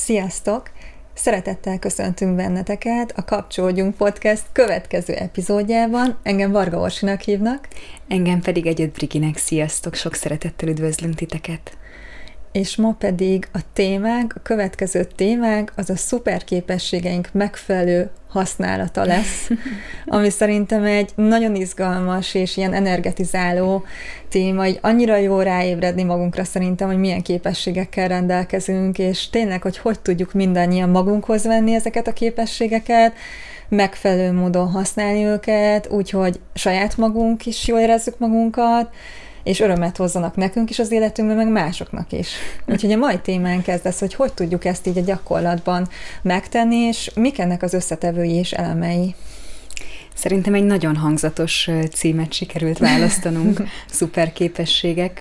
Sziasztok! Szeretettel köszöntünk benneteket a Kapcsolódjunk Podcast következő epizódjában. Engem Varga Orsinak hívnak. Engem pedig Egyed Briginek. Sziasztok! Sok szeretettel üdvözlünk titeket! És ma pedig a témánk, a következő témánk az a szuperképességeink megfelelő használata lesz, ami szerintem egy nagyon izgalmas és ilyen energetizáló téma, így annyira jó ráébredni magunkra szerintem, hogy milyen képességekkel rendelkezünk, és tényleg, hogy tudjuk mindannyian magunkhoz venni ezeket a képességeket, megfelelő módon használni őket, úgyhogy saját magunk is jól érezzük magunkat, és örömet hozzanak nekünk is az életünkben, meg másoknak is. Úgyhogy a mai témánk ez lesz, hogy tudjuk ezt így a gyakorlatban megtenni, és mik ennek az összetevői és elemei. Szerintem egy nagyon hangzatos címet sikerült választanunk, szuperképességek,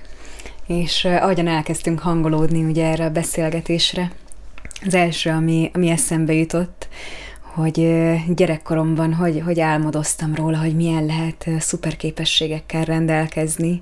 és ahogyan elkezdtünk hangolódni ugye erre a beszélgetésre, az első, ami eszembe jutott, hogy gyerekkoromban hogy álmodoztam róla, hogy milyen lehet szuperképességekkel rendelkezni,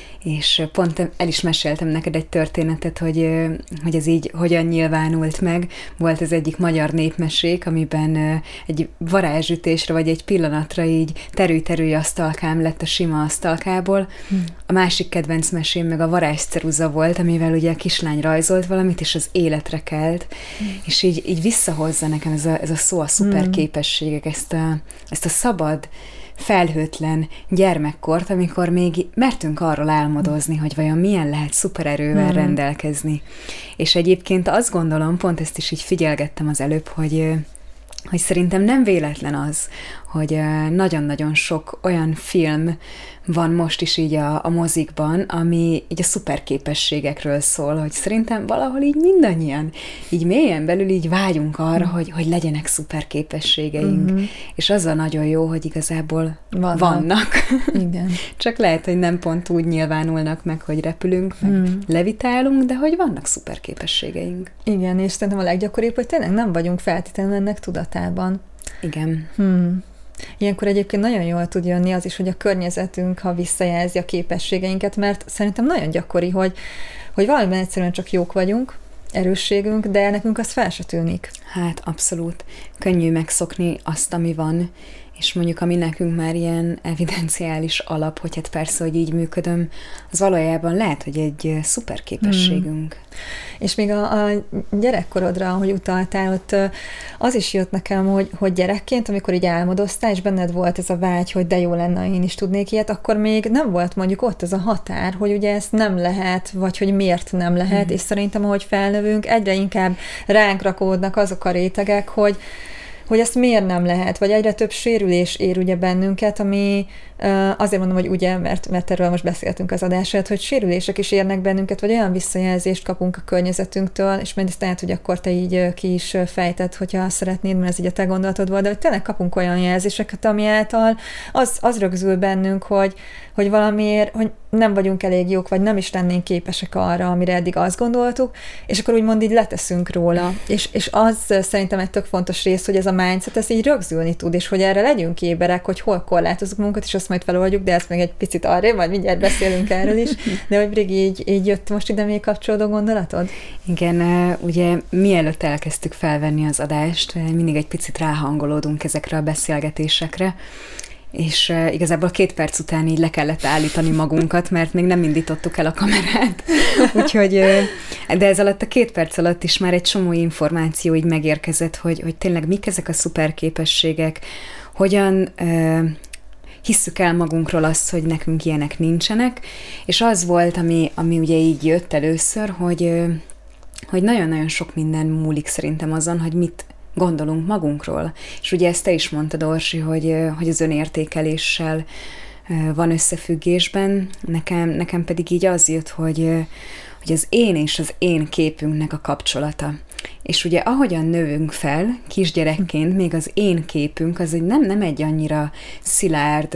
és pont el is meséltem neked egy történetet, hogy ez így hogyan nyilvánult meg. Volt az egyik magyar népmesék, amiben egy varázsütésre, vagy egy pillanatra így terülj asztalkám lett a sima asztalkából. A másik kedvenc mesém meg a varázsceruza volt, amivel ugye a kislány rajzolt valamit, és az életre kelt. És így visszahozza nekem ez a szó, a szuperképességek, ezt a szabad, felhőtlen gyermekkort, amikor még mertünk arról álmodozni, hogy vajon milyen lehet szupererővel rendelkezni. És egyébként azt gondolom, pont ezt is így figyelgettem az előbb, hogy szerintem nem véletlen az, hogy nagyon-nagyon sok olyan film van most is így a mozikban, ami így a szuperképességekről szól, hogy szerintem valahol így mindannyian, így mélyen belül így vágyunk arra, hogy legyenek szuperképességeink. És az a nagyon jó, hogy igazából vannak. Igen. Csak lehet, hogy nem pont úgy nyilvánulnak meg, hogy repülünk, meg levitálunk, de hogy vannak szuperképességeink. Igen, és szerintem a leggyakoribb, hogy tényleg nem vagyunk feltétlenül ennek tudatában. Igen. Ilyenkor egyébként nagyon jól tud jönni az is, hogy a környezetünk, ha visszajelzi a képességeinket, mert szerintem nagyon gyakori, hogy valamiben egyszerűen csak jók vagyunk, erősségünk, de nekünk az fel se tűnik. Hát abszolút. Könnyű megszokni azt, ami van, és mondjuk ami nekünk már ilyen evidenciális alap, hogy hát persze, hogy így működöm, az valójában lehet, hogy egy szuper képességünk. És még a gyerekkorodra, ahogy utaltál, ott az is jött nekem, hogy gyerekként, amikor így álmodoztál, és benned volt ez a vágy, hogy de jó lenne, én is tudnék ilyet, akkor még nem volt mondjuk ott ez a határ, hogy ugye ezt nem lehet, vagy hogy miért nem lehet, és szerintem, ahogy felnövünk, egyre inkább ránk rakódnak azok a rétegek, hogy ezt miért nem lehet, vagy egyre több sérülés ér ugye bennünket, ami azért mondom, hogy ugye, mert erről most beszéltünk az adását, hogy sérülések is érnek bennünket, vagy olyan visszajelzést kapunk a környezetünktől, és majd ezt lehet, hogy akkor te így ki is fejted, hogyha szeretnéd, mert ez így a te gondolatod volt, de hogy tényleg kapunk olyan jelzéseket, ami által az rögzül bennünk, hogy valamiért, hogy nem vagyunk elég jók, vagy nem is lennénk képesek arra, amire eddig azt gondoltuk, és akkor úgymond így leteszünk róla. És az szerintem egy tök fontos rész, hogy ez a mindset, ez így rögzülni tud, és hogy erre legyünk éberek, hogy hol korlátozunk magunkat, és azt majd feloldjuk, de ezt meg egy picit arrébb, majd mindjárt beszélünk erről is. De hogy Brigi, így jött most ide még kapcsolódó gondolatod? Igen, ugye mielőtt elkezdtük felvenni az adást, mindig egy picit ráhangolódunk ezekre a beszélgetésekre, és igazából 2 perc után így le kellett állítani magunkat, mert még nem indítottuk el a kamerát. Úgyhogy, de ez alatt a 2 perc alatt is már egy csomó információ így megérkezett, hogy tényleg mik ezek a szuperképességek, hogyan hisszük el magunkról azt, hogy nekünk ilyenek nincsenek, és az volt, ami ugye így jött először, hogy nagyon-nagyon sok minden múlik szerintem azon, hogy mit gondolunk magunkról. És ugye ezt te is mondtad, Orsi, hogy az önértékeléssel van összefüggésben, nekem pedig így az jött, hogy az én és az én képünknek a kapcsolata. És ugye ahogyan növünk fel, kisgyerekként, még az én képünk, az nem egy annyira szilárd,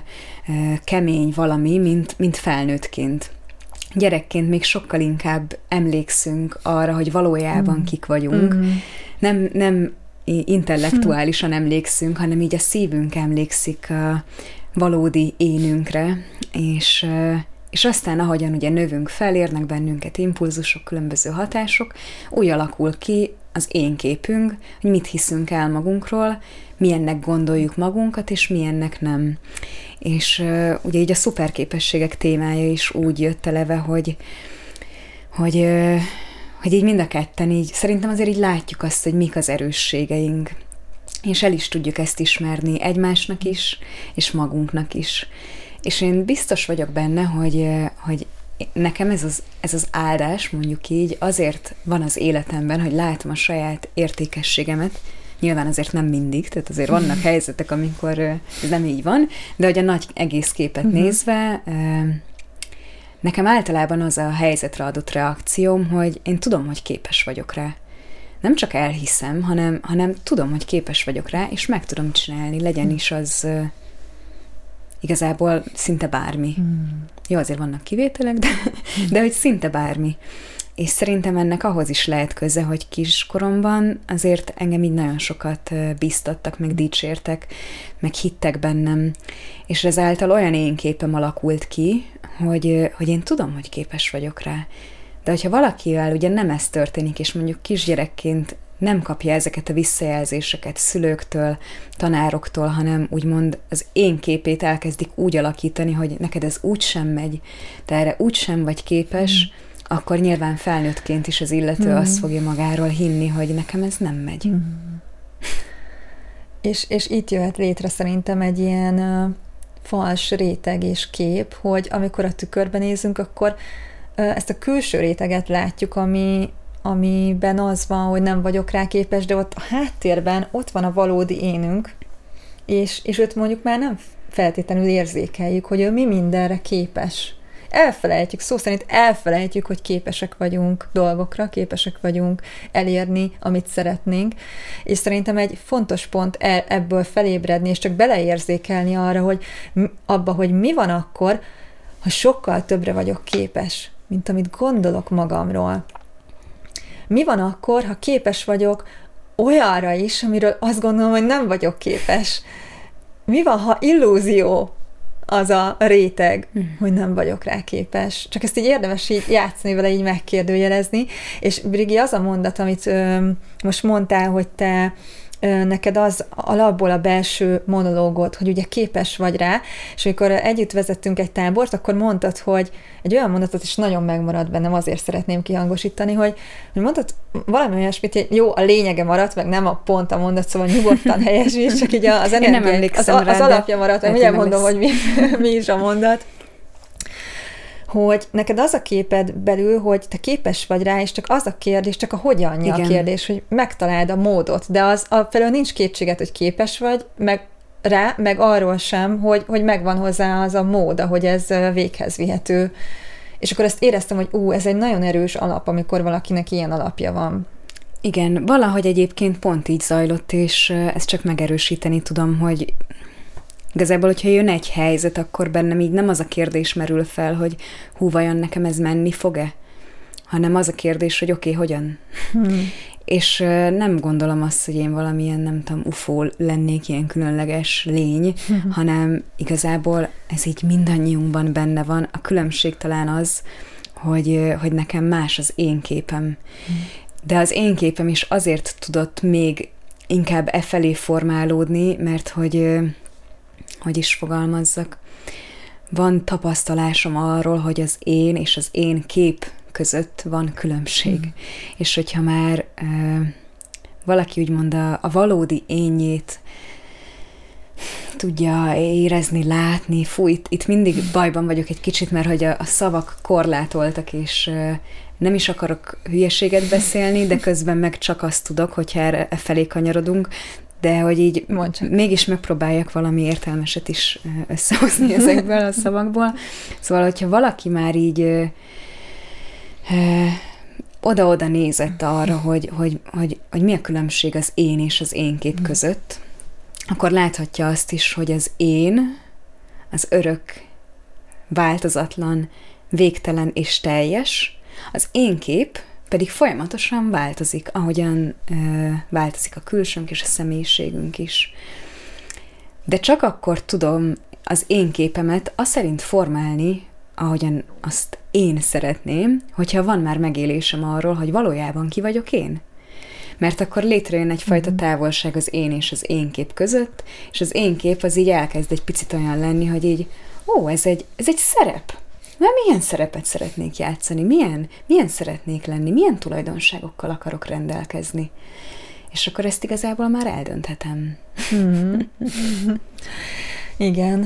kemény valami, mint felnőttként. Gyerekként még sokkal inkább emlékszünk arra, hogy valójában kik vagyunk. Nem intellektuálisan emlékszünk, hanem így a szívünk emlékszik a valódi énünkre, és És aztán, ahogyan ugye növünk fel, érnek bennünket impulzusok, különböző hatások, úgy alakul ki az én képünk, hogy mit hiszünk el magunkról, milyennek gondoljuk magunkat, és milyennek nem. És ugye így a szuperképességek témája is úgy jött eleve, hogy így mind a ketten így, szerintem azért így látjuk azt, hogy mik az erősségeink, és el is tudjuk ezt ismerni egymásnak is, és magunknak is. És én biztos vagyok benne, hogy nekem ez az áldás, mondjuk így, azért van az életemben, hogy látom a saját értékességemet, nyilván azért nem mindig, tehát azért vannak helyzetek, amikor ez nem így van, de hogy a nagy egész képet nézve, nekem általában az a helyzetre adott reakcióm, hogy én tudom, hogy képes vagyok rá. Nem csak elhiszem, hanem tudom, hogy képes vagyok rá, és meg tudom csinálni, legyen is az igazából szinte bármi. Jó, azért vannak kivételek, de hogy szinte bármi. És szerintem ennek ahhoz is lehet köze, hogy kiskoromban azért engem így nagyon sokat bíztattak, meg dicsértek, meg hittek bennem, és ezáltal olyan én képem alakult ki, hogy én tudom, hogy képes vagyok rá. De hogyha valakivel ugye nem ez történik, és mondjuk kisgyerekként nem kapja ezeket a visszajelzéseket szülőktől, tanároktól, hanem úgymond az én képét elkezdik úgy alakítani, hogy neked ez úgy sem megy, te erre úgy sem vagy képes, akkor nyilván felnőttként is az illető azt fogja magáról hinni, hogy nekem ez nem megy. És itt jöhet létre szerintem egy ilyen fals réteg és kép, hogy amikor a tükörben nézünk, akkor ezt a külső réteget látjuk, amiben az van, hogy nem vagyok rá képes, de ott a háttérben ott van a valódi énünk, és őt mondjuk már nem feltétlenül érzékeljük, hogy ő mi mindenre képes. Elfelejtjük, szó szerint elfelejtjük, hogy képesek vagyunk dolgokra, képesek vagyunk elérni, amit szeretnénk, és szerintem egy fontos pont ebből felébredni, és csak beleérzékelni arra, hogy abba, hogy mi van akkor, ha sokkal többre vagyok képes, mint amit gondolok magamról. Mi van akkor, ha képes vagyok olyanra is, amiről azt gondolom, hogy nem vagyok képes? Mi van, ha illúzió az a réteg, hogy nem vagyok rá képes? Csak ezt így érdemes így játszani vele, így megkérdőjelezni. És Brigi, az a mondat, amit most mondtál, hogy te neked az alapból a belső monológod, hogy ugye képes vagy rá, és amikor együtt vezettünk egy tábort, akkor mondtad, hogy egy olyan mondatot is nagyon megmaradt bennem, azért szeretném kihangosítani, hogy mondtad valami olyasmit, hogy jó, a lényege maradt, meg nem a pont a mondat, szóval nyugodtan helyesíts, csak így az energia, az alapja maradt, meg ugye mondom, hogy mi is a mondat. Hogy neked az a képed belül, hogy te képes vagy rá, és csak az a kérdés, csak a hogyanja a kérdés, hogy megtaláld a módot, de az felől nincs kétséged, hogy képes vagy, meg rá, meg arról sem, hogy megvan hozzá az a mód, ahogy ez véghez vihető. És akkor ezt éreztem, hogy ez egy nagyon erős alap, amikor valakinek ilyen alapja van. Igen, valahogy egyébként pont így zajlott, és ezt csak megerősíteni tudom, hogy igazából, hogyha jön egy helyzet, akkor bennem így nem az a kérdés merül fel, hogy vajon nekem ez menni fog-e? Hanem az a kérdés, hogy oké, hogyan? És nem gondolom azt, hogy én valamilyen, nem tudom, UFO lennék, ilyen különleges lény, hanem igazából ez így mindannyiunkban benne van. A különbség talán az, hogy nekem más az én képem. De az én képem is azért tudott még inkább felé formálódni, mert hogy is fogalmazzak, van tapasztalásom arról, hogy az én és az én kép között van különbség. És hogyha már valaki úgymond a valódi énjét tudja érezni, látni, itt mindig bajban vagyok egy kicsit, mert hogy a szavak korlátoltak, és nem is akarok hülyeséget beszélni, de közben meg csak azt tudok, hogyha erre felé kanyarodunk, de hogy így mégis megpróbáljak valami értelmeset is összehozni ezekből a szavakból. Szóval, hogyha valaki már így oda-oda nézett arra, hogy mi a különbség az én és az én kép között, akkor láthatja azt is, hogy az én, az örök, változatlan, végtelen és teljes, az én kép pedig folyamatosan változik, ahogyan változik a külsőnk és a személyiségünk is. De csak akkor tudom az én képemet azt szerint formálni, ahogyan azt én szeretném, hogyha van már megélésem arról, hogy valójában ki vagyok én. Mert akkor létrejön egyfajta távolság az én és az én kép között, és az én kép az így elkezd egy picit olyan lenni, hogy így, ez egy szerep. Mert milyen szerepet szeretnék játszani, milyen szeretnék lenni, milyen tulajdonságokkal akarok rendelkezni. És akkor ezt igazából már eldönthetem. Igen.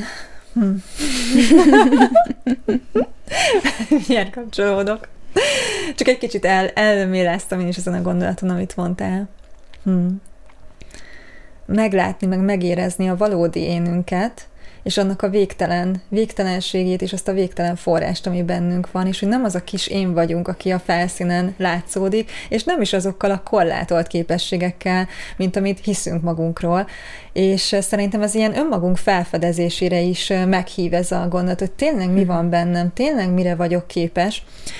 Miért kapcsolódok? Csak egy kicsit elméleztem én is ezen a gondolaton, amit mondtál. Meglátni, meg megérezni a valódi énünket, és annak a végtelenségét, és azt a végtelen forrást, ami bennünk van, és hogy nem az a kis én vagyunk, aki a felszínen látszódik, és nem is azokkal a korlátolt képességekkel, mint amit hiszünk magunkról, és szerintem ez ilyen önmagunk felfedezésére is meghív ez a gondolat, hogy tényleg mi van bennem, tényleg mire vagyok képes,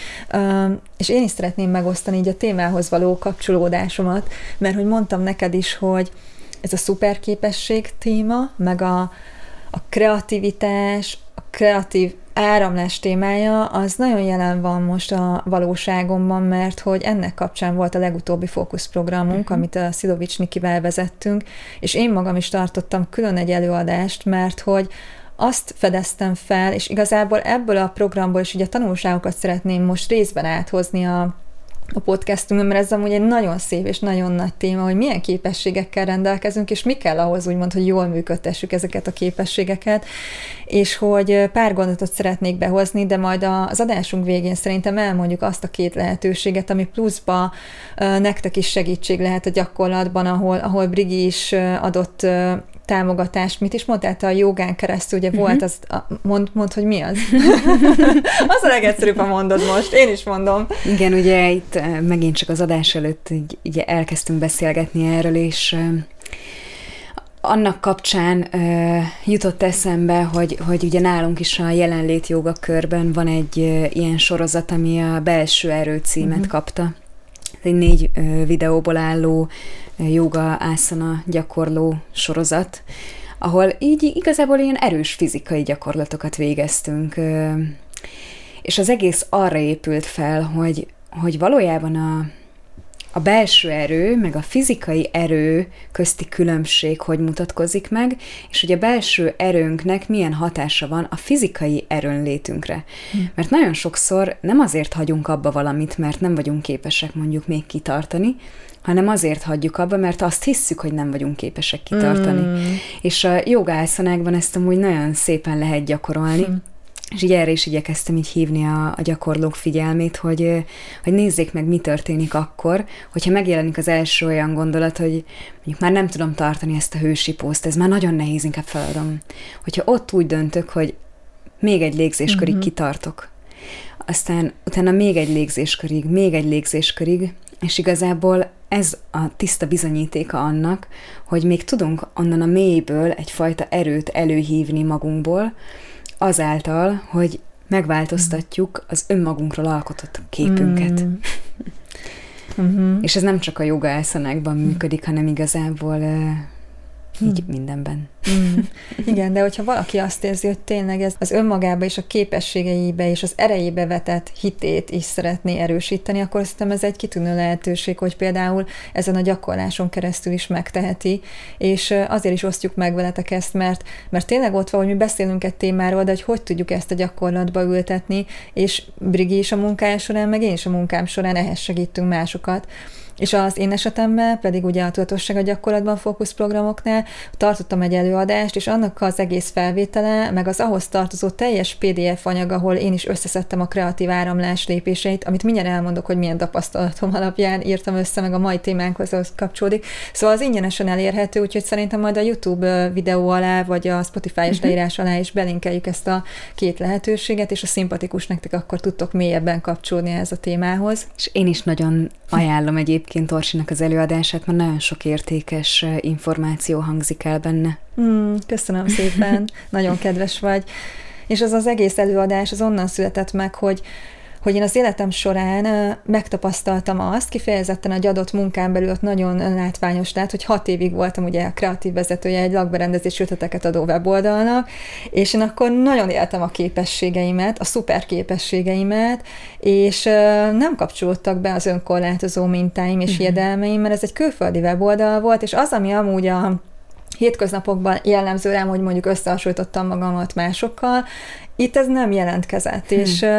és én is szeretném megosztani így a témához való kapcsolódásomat, mert hogy mondtam neked is, hogy ez a szuperképesség téma, meg a kreativitás, a kreatív áramlás témája, az nagyon jelen van most a valóságomban, mert hogy ennek kapcsán volt a legutóbbi fókuszprogramunk, amit a Szilovics Nikivel vezettünk, és én magam is tartottam külön egy előadást, mert hogy azt fedeztem fel, és igazából ebből a programból is ugye a tanulságokat szeretném most részben áthozni a podcastunkban, mert ez amúgy egy nagyon szép és nagyon nagy téma, hogy milyen képességekkel rendelkezünk, és mi kell ahhoz úgymond, hogy jól működtessük ezeket a képességeket, és hogy pár gondolatot szeretnék behozni, de majd az adásunk végén szerintem elmondjuk azt a két lehetőséget, ami pluszba nektek is segítség lehet a gyakorlatban, ahol Brigi is adott támogatást. Mit is mondtál, te a jogán keresztül, ugye volt az, mondd, hogy mi az? Az a legegyszerűbb, ha mondod most, én is mondom. Igen, ugye itt megint csak az adás előtt így elkezdtünk beszélgetni erről, és annak kapcsán jutott eszembe, hogy ugye nálunk is a jelenlét joga körben van egy ilyen sorozat, ami a Belső erő címet kapta. Egy 4 videóból álló jóga ászana gyakorló sorozat, ahol így igazából ilyen erős fizikai gyakorlatokat végeztünk. És az egész arra épült fel, hogy valójában a belső erő, meg a fizikai erő közti különbség hogy mutatkozik meg, és hogy a belső erőnknek milyen hatása van a fizikai erőnlétünkre. Mert nagyon sokszor nem azért hagyunk abba valamit, mert nem vagyunk képesek mondjuk még kitartani, hanem azért hagyjuk abba, mert azt hisszük, hogy nem vagyunk képesek kitartani. És a jogászanekban ezt amúgy nagyon szépen lehet gyakorolni, és így erre is igyekeztem így hívni a gyakorlók figyelmét, hogy nézzék meg, mi történik akkor, hogyha megjelenik az első olyan gondolat, hogy mondjuk már nem tudom tartani ezt a hősi pózt, ez már nagyon nehéz, inkább feladom. Hogyha ott úgy döntök, hogy még egy légzéskörig kitartok, aztán utána még egy légzéskörig, és igazából ez a tiszta bizonyítéka annak, hogy még tudunk onnan a mélyből egyfajta erőt előhívni magunkból, azáltal, hogy megváltoztatjuk az önmagunkról alkotott képünket. És ez nem csak a joga ászanekban működik, hanem igazából így mindenben. Igen, de hogyha valaki azt érzi, hogy tényleg ez az önmagába és a képességeibe és az erejébe vetett hitét is szeretné erősíteni, akkor szerintem ez egy kitűnő lehetőség, hogy például ezen a gyakorláson keresztül is megteheti, és azért is osztjuk meg veletek ezt, mert tényleg ott van, hogy mi beszélünk egy témáról, de hogy tudjuk ezt a gyakorlatba ültetni, és Brigi is a munkája során, meg én is a munkám során ehhez segítünk másokat. És az én esetemben pedig ugye a tudatosság a gyakorlatban fókuszprogramoknál tartottam egy előadást, és annak az egész felvétele, meg az ahhoz tartozó teljes PDF anyag, ahol én is összeszedtem a kreatív áramlás lépéseit, amit mindjárt elmondok, hogy milyen tapasztalatom alapján írtam össze, meg a mai témánkhoz kapcsolódik. Szóval az ingyenesen elérhető, úgyhogy szerintem majd a YouTube videó alá, vagy a Spotify-es leírás alá is belinkeljük ezt a két lehetőséget, és a szimpatikus nektek akkor tudtok mélyebben kapcsolódni ehhez a témához. És én is nagyon ajánlom egyébként Orsinak az előadását, mert nagyon sok értékes információ hangzik el benne. Köszönöm szépen, nagyon kedves vagy. És az egész előadás az onnan született meg, hogy én az életem során megtapasztaltam azt, kifejezetten egy adott munkán belül ott nagyon látványos lett, hogy 6 évig voltam ugye a kreatív vezetője egy lakberendezés ötleteket adó weboldalnak, és én akkor nagyon éltem a képességeimet, a szuper képességeimet, és nem kapcsolódtak be az önkorlátozó mintáim és hiedelmeim, mert ez egy külföldi weboldal volt, és az, ami amúgy a hétköznapokban jellemző rám, hogy mondjuk összehasonlítottam magamat másokkal, itt ez nem jelentkezett,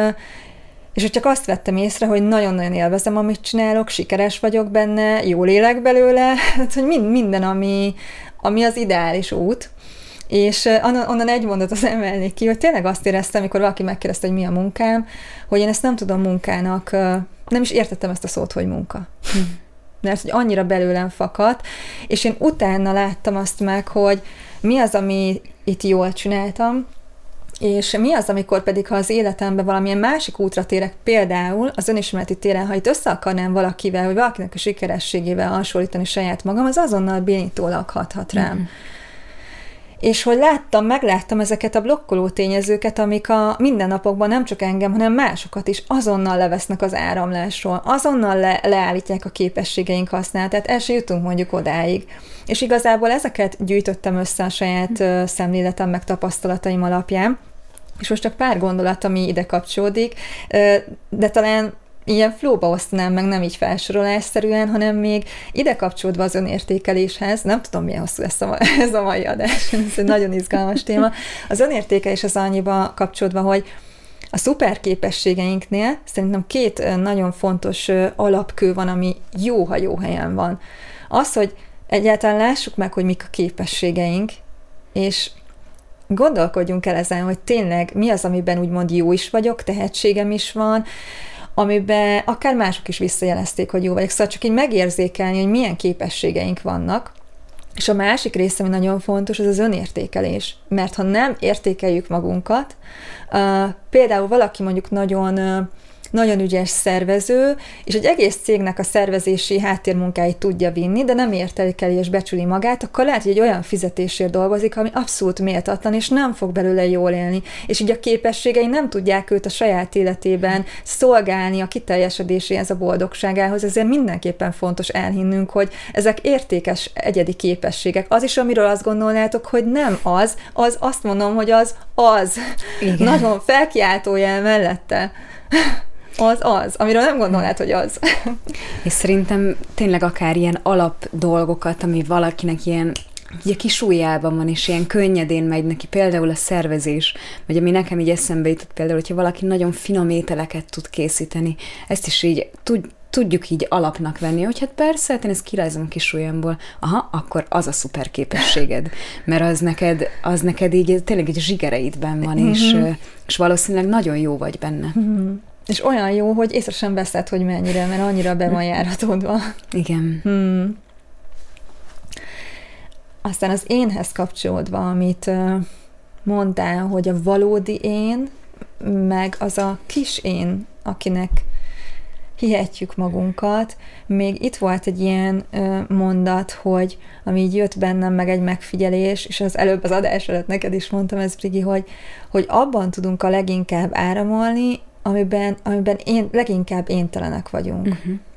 és csak azt vettem észre, hogy nagyon-nagyon élvezem, amit csinálok, sikeres vagyok benne, jól élek belőle, hogy minden, ami az ideális út. És onnan egy mondatot emelnék ki, hogy tényleg azt éreztem, amikor valaki megkérdezte, hogy mi a munkám, hogy én ezt nem tudom munkának, nem is értettem ezt a szót, hogy munka. Mert hogy annyira belőlem fakadt, és én utána láttam azt meg, hogy mi az, ami itt jól csináltam, és mi az, amikor pedig, ha az életemben valamilyen másik útra térek, például az önismereti téren, ha itt össze akarnám valakivel, vagy valakinek a sikerességével hasonlítani saját magam, az azonnal bénítólag hathat rám. És hogy megláttam ezeket a blokkoló tényezőket, amik a mindennapokban nem csak engem, hanem másokat is azonnal levesznek az áramlásról, azonnal leállítják a képességeink használatát, el se jutunk mondjuk odáig. És igazából ezeket gyűjtöttem össze a saját szemléletem meg tapasztalataim alapján, és most csak pár gondolat, ami ide kapcsolódik, de talán ilyen flowba osztanám meg, nem így felsorolásszerűen, hanem még ide kapcsolódva az önértékeléshez, nem tudom, milyen hosszú lesz ez a mai adás, ez egy nagyon izgalmas téma. Az önértékelés az annyiba kapcsolódva, hogy a szuperképességeinknél szerintem 2 nagyon fontos alapkő van, ami jó helyen van. Az, hogy egyáltalán lássuk meg, hogy mik a képességeink, és gondolkodjunk el ezen, hogy tényleg mi az, amiben úgymond jó is vagyok, tehetségem is van, amiben akár mások is visszajelezték, hogy jó vagyok. Szóval csak így megérzékelni, hogy milyen képességeink vannak. És a másik része, ami nagyon fontos, az az önértékelés. Mert ha nem értékeljük magunkat, például valaki mondjuk nagyon ügyes szervező, és egy egész cégnek a szervezési háttérmunkáit tudja vinni, de nem értékeli és becsüli magát, akkor lehet, hogy egy olyan fizetésért dolgozik, ami abszolút méltatlan, és nem fog belőle jól élni. És így a képességei nem tudják őt a saját életében szolgálni a kiteljesedéséhez, a boldogságához, ezért mindenképpen fontos elhinnünk, hogy ezek értékes egyedi képességek. Az is, amiről azt gondolnátok, hogy nem az azt mondom, hogy az. Igen. Nagyon felkiáltójel mellette. Az, amiről nem gondolnád, hogy az. És szerintem tényleg akár ilyen alap dolgokat, ami valakinek ilyen ugye kis ujjában van, és ilyen könnyedén megy neki, például a szervezés, vagy ami nekem így eszembe jutott például, hogyha valaki nagyon finom ételeket tud készíteni, ezt is így tudjuk így alapnak venni, hogy hát persze, hát én ezt kirajzom a kis ujjamból, akkor az a szuper képességed, mert az neked így tényleg egy zsigereidben van, és valószínűleg nagyon jó vagy benne. És olyan jó, hogy észre sem veszed, hogy mennyire, mert annyira be van járatódva. Igen. Aztán az énhez kapcsolódva, amit mondtál, hogy a valódi én, meg az a kis én, akinek hihetjük magunkat. Még itt volt egy ilyen mondat, hogy ami így jött bennem, meg egy megfigyelés, és az előbb az adás előtt neked is mondtam ezt, Brigi, hogy abban tudunk a leginkább áramolni, amiben leginkább éntelenek vagyunk.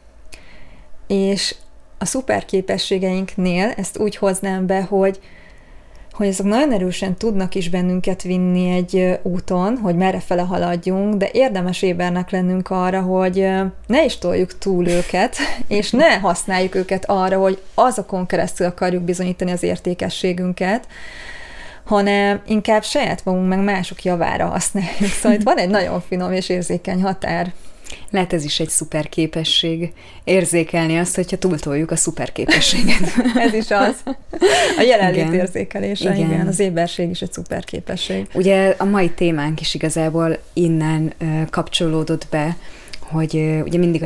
És a szuperképességeinknél ezt úgy hoznám be, hogy azok nagyon erősen tudnak is bennünket vinni egy úton, hogy merrefele haladjunk, de érdemes ébernek lennünk arra, hogy ne is toljuk túl őket, és ne használjuk őket arra, hogy azokon keresztül akarjuk bizonyítani az értékességünket, hanem inkább saját magunk meg mások javára használjuk. Szóval itt van egy nagyon finom és érzékeny határ. Lehet ez is egy szuper képesség. Érzékelni azt, hogyha túltoljuk a szuper képességet. Ez is az. A jelenlét érzékelése, igen. Az éberség is egy szuper képesség. Ugye a mai témánk is igazából innen kapcsolódott be, hogy ugye mindig a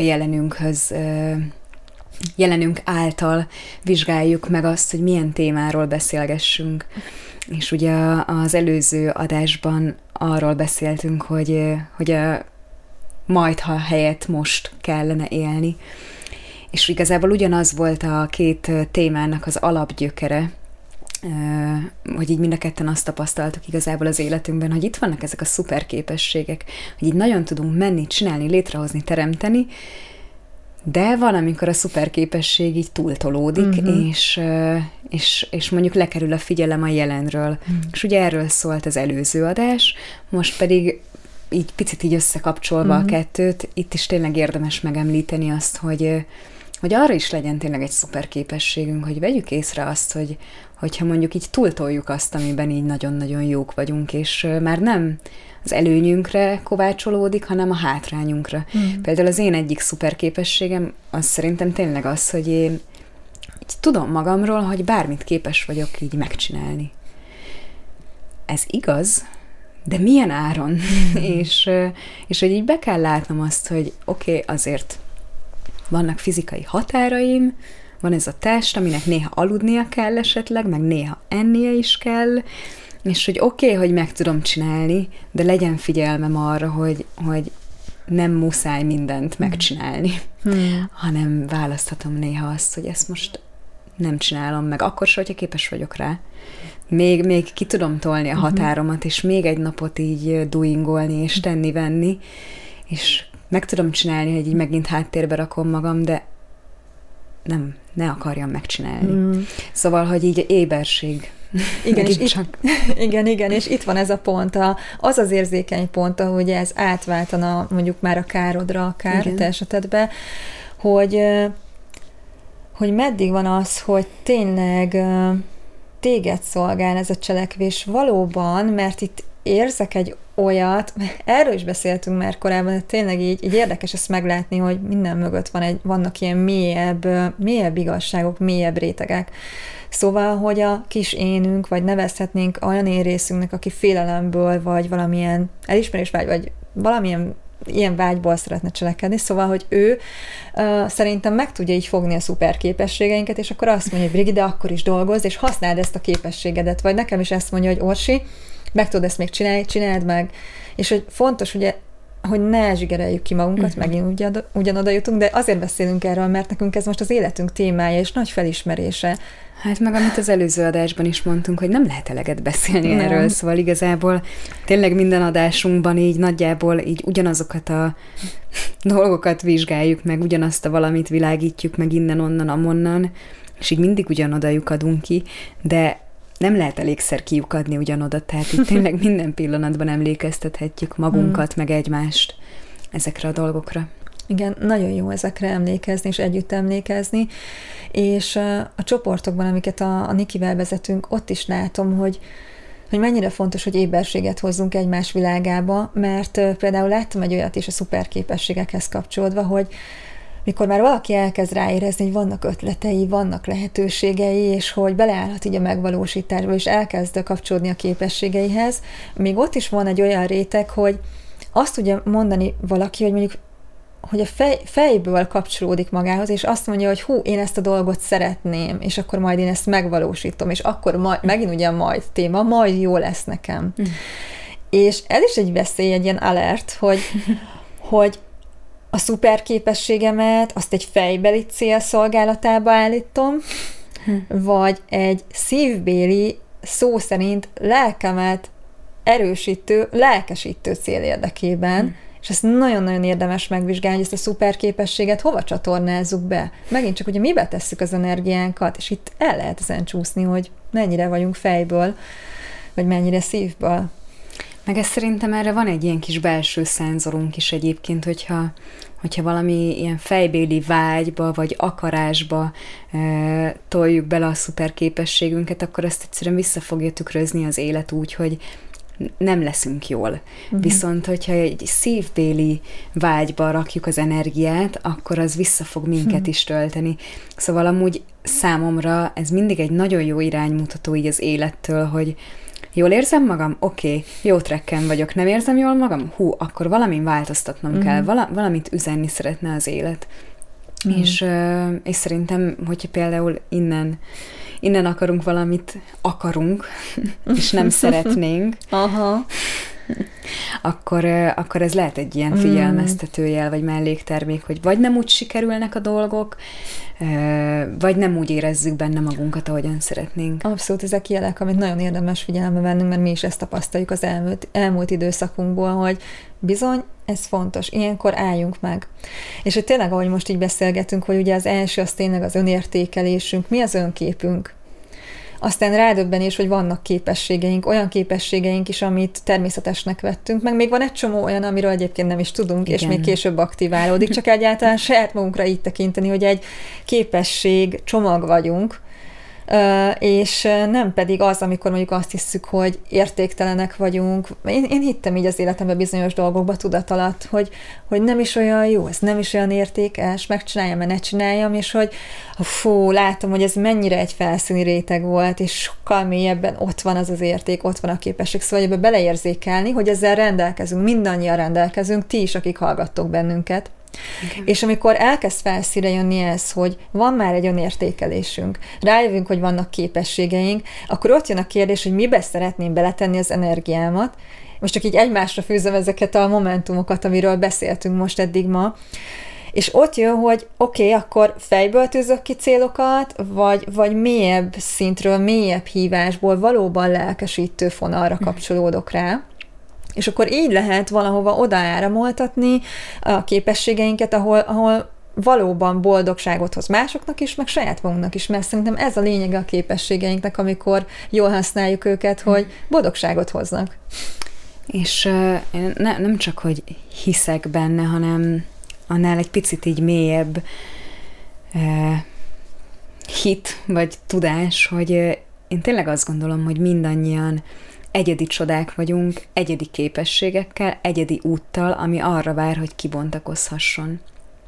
jelenünk által vizsgáljuk meg azt, hogy milyen témáról beszélgessünk. És ugye az előző adásban arról beszéltünk, hogy a majdha helyett most kellene élni. És igazából ugyanaz volt a 2 témának az alapgyökere, hogy így mind a ketten azt tapasztaltuk igazából az életünkben, hogy itt vannak ezek a szuper képességek, hogy így nagyon tudunk menni, csinálni, létrehozni, teremteni, de van, amikor a szuper képesség így túltolódik, és mondjuk lekerül a figyelem a jelenről. És ugye erről szólt az előző adás, most pedig így picit így összekapcsolva a kettőt, itt is tényleg érdemes megemlíteni azt, hogy arra is legyen tényleg egy szuper képességünk, hogy vegyük észre azt, hogyha mondjuk így túltoljuk azt, amiben így nagyon-nagyon jók vagyunk, és már nem az előnyünkre kovácsolódik, hanem a hátrányunkra. Például az én egyik szuper képességem, az szerintem tényleg az, hogy én így tudom magamról, hogy bármit képes vagyok így megcsinálni. Ez igaz, de milyen áron? és hogy így be kell látnom azt, hogy oké, azért vannak fizikai határaim, van ez a test, aminek néha aludnia kell esetleg, meg néha ennie is kell, és hogy oké, hogy meg tudom csinálni, de legyen figyelmem arra, hogy nem muszáj mindent megcsinálni, hanem választhatom néha azt, hogy ezt most nem csinálom meg, akkor se, hogyha képes vagyok rá. Még ki tudom tolni a határomat, és még egy napot így doingolni, és tenni-venni, és meg tudom csinálni, hogy így megint háttérbe rakom magam, de ne akarjam megcsinálni. Szóval, hogy így éberség. Igen, és itt van ez a pont, az az érzékeny pont, ahogy ez átváltana mondjuk már a károdra, akár a te esetedbe, hogy meddig van az, hogy tényleg téged szolgál ez a cselekvés valóban, mert itt érzek egy olyat, erről is beszéltünk már korábban, de tényleg így érdekes ezt meglátni, hogy minden mögött vannak ilyen mélyebb igazságok, mélyebb rétegek. Szóval, hogy a kis énünk, vagy nevezhetnénk olyan én részünknek, aki félelemből, vagy valamilyen elismerésvágy, vagy valamilyen ilyen vágyból szeretne cselekedni, szóval, hogy ő szerintem meg tudja így fogni a szuper képességeinket, és akkor azt mondja, hogy Brigide, akkor is dolgozz, és használd ezt a képességedet, vagy nekem is ezt mondja, hogy Orsi, meg tudod ezt még csinálni, csináld meg. És hogy fontos, ugye, hogy ne zsigereljük ki magunkat, megint ugyanoda jutunk, de azért beszélünk erről, mert nekünk ez most az életünk témája, és nagy felismerése. Hát meg amit az előző adásban is mondtunk, hogy nem lehet eleget beszélni erről, szóval igazából tényleg minden adásunkban így nagyjából így ugyanazokat a dolgokat vizsgáljuk meg, ugyanazt a valamit világítjuk meg innen, onnan, amonnan, és így mindig ugyanoda lyukadunk ki, de nem lehet elégszer kiukadni ugyanoda, tehát itt tényleg minden pillanatban emlékeztethetjük magunkat, meg egymást ezekre a dolgokra. Igen, nagyon jó ezekre emlékezni, és együtt emlékezni, és a csoportokban, amiket a Nikivel vezetünk, ott is látom, hogy mennyire fontos, hogy éberséget hozzunk egymás világába, mert például láttam egy olyat is a szuperképességekhez kapcsolódva, hogy mikor már valaki elkezd ráérezni, hogy vannak ötletei, vannak lehetőségei, és hogy beleállhat így a megvalósításba, és elkezd kapcsolódni a képességeihez, még ott is van egy olyan réteg, hogy azt tudja mondani valaki, hogy mondjuk hogy a fejből kapcsolódik magához, és azt mondja, hogy én ezt a dolgot szeretném, és akkor majd én ezt megvalósítom, és akkor megint ugye majd téma, majd jó lesz nekem. És ez is egy veszély, egy ilyen alert, hogy a szuper képességemet azt egy fejbeli cél szolgálatába állítom, vagy egy szívbéli, szó szerint lelkemet erősítő, lelkesítő cél érdekében, és ezt nagyon-nagyon érdemes megvizsgálni, hogy ezt a szuperképességet hova csatornázzuk be. Megint csak ugye mibe tesszük az energiánkat, és itt el lehet ezen csúszni, hogy mennyire vagyunk fejből, vagy mennyire szívből. Meg ez szerintem erre van egy ilyen kis belső szenzorunk is egyébként, hogyha valami ilyen fejbéli vágyba, vagy akarásba toljuk bele a szuperképességünket, akkor azt egyszerűen vissza fogja tükrözni az élet úgy, hogy nem leszünk jól. Viszont, hogyha egy szívbéli vágyba rakjuk az energiát, akkor az vissza fog minket is tölteni. Szóval amúgy számomra ez mindig egy nagyon jó iránymutató így az élettől, hogy jól érzem magam? Oké, jó trekken vagyok. Nem érzem jól magam? Akkor valamin változtatnom kell. Valamit üzenni szeretne az élet. És szerintem, hogyha például innen akarunk valamit, és nem szeretnénk, akkor ez lehet egy ilyen figyelmeztetőjel, vagy melléktermék, hogy vagy nem úgy sikerülnek a dolgok, vagy nem úgy érezzük benne magunkat, ahogyan szeretnénk. Abszolút, ezek jelek, amit nagyon érdemes figyelembe vennünk, mert mi is ezt tapasztaljuk az elmúlt időszakunkból, hogy bizony, ez fontos, ilyenkor álljunk meg. És hogy tényleg, ahogy most így beszélgetünk, hogy ugye az első az tényleg az önértékelésünk, mi az önképünk. Aztán rádöbbenés, hogy vannak képességeink, olyan képességeink is, amit természetesnek vettünk, meg még van egy csomó olyan, amiről egyébként nem is tudunk, igen. És még később aktiválódik, csak egyáltalán saját magunkra így tekinteni, hogy egy képesség csomag vagyunk, és nem pedig az, amikor mondjuk azt hiszük, hogy értéktelenek vagyunk. Én hittem így az életemben bizonyos dolgokba tudat alatt, hogy nem is olyan jó, ez nem is olyan értékes, megcsináljam, mert ne csináljam, és hogy látom, hogy ez mennyire egy felszíni réteg volt, és sokkal mélyebben ott van az az érték, ott van a képesség, szóval ebbe beleérzékelni, hogy ezzel rendelkezünk, mindannyian rendelkezünk, ti is, akik hallgattok bennünket. Okay. És amikor elkezd felszínre jönni ez, hogy van már egy önértékelésünk, rájövünk, hogy vannak képességeink, akkor ott jön a kérdés, hogy mibe szeretném beletenni az energiámat. Most csak így egymásra fűzöm ezeket a momentumokat, amiről beszéltünk most eddig ma. És ott jön, hogy oké, akkor fejből tűzök ki célokat, vagy mélyebb szintről, mélyebb hívásból valóban lelkesítő fonalra kapcsolódok rá. És akkor így lehet valahova odaáramoltatni a képességeinket, ahol valóban boldogságot hoz másoknak is, meg saját magunknak is, mert szerintem ez a lényege a képességeinknek, amikor jól használjuk őket, hogy boldogságot hoznak. És nem csak, hogy hiszek benne, hanem annál egy picit így mélyebb hit, vagy tudás, hogy én tényleg azt gondolom, hogy mindannyian egyedi csodák vagyunk, egyedi képességekkel, egyedi úttal, ami arra vár, hogy kibontakozhasson.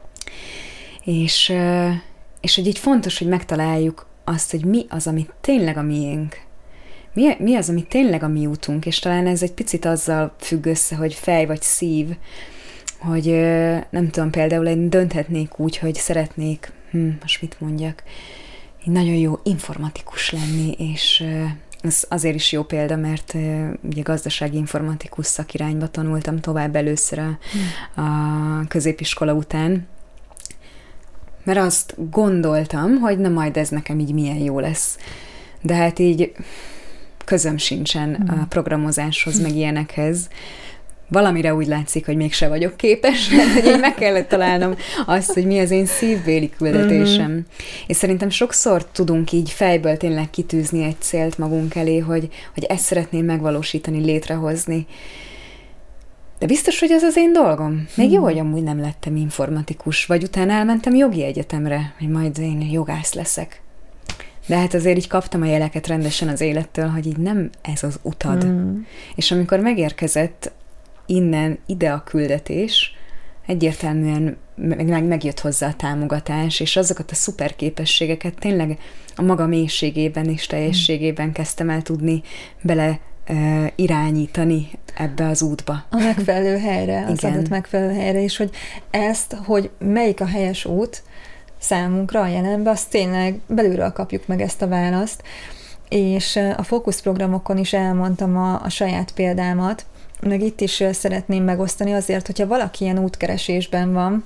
És hogy így fontos, hogy megtaláljuk azt, hogy mi az, ami tényleg a miénk. Mi az, ami tényleg a mi útunk, és talán ez egy picit azzal függ össze, hogy fej vagy szív, hogy nem tudom, például én dönthetnék úgy, hogy szeretnék, most mit mondjak, nagyon jó informatikus lenni, és ez azért is jó példa, mert ugye gazdasági informatikus szakirányba tanultam tovább először a középiskola után, mert azt gondoltam, hogy na majd ez nekem így milyen jó lesz. De hát így közöm sincsen a programozáshoz, meg ilyenekhez. Valamire úgy látszik, hogy mégse vagyok képes, hogy így meg kellett találnom azt, hogy mi az én szívbéli küldetésem. És szerintem sokszor tudunk így fejből tényleg kitűzni egy célt magunk elé, hogy ezt szeretném megvalósítani, létrehozni. De biztos, hogy ez az én dolgom. Még jó, hogy amúgy nem lettem informatikus, vagy utána elmentem jogi egyetemre, hogy majd én jogász leszek. De hát azért így kaptam a jeleket rendesen az élettől, hogy így nem ez az utad. És amikor megérkezett innen ide a küldetés, egyértelműen megjött hozzá a támogatás, és azokat a szuper képességeket tényleg a maga mélységében és teljességében kezdtem el tudni bele irányítani ebbe az útba. A megfelelő helyre, az adott megfelelő helyre, és hogy ezt, hogy melyik a helyes út számunkra a jelenben, azt tényleg belülről kapjuk meg ezt a választ, és a fókuszprogramokon is elmondtam a saját példámat, meg itt is szeretném megosztani azért, hogyha valaki ilyen útkeresésben van,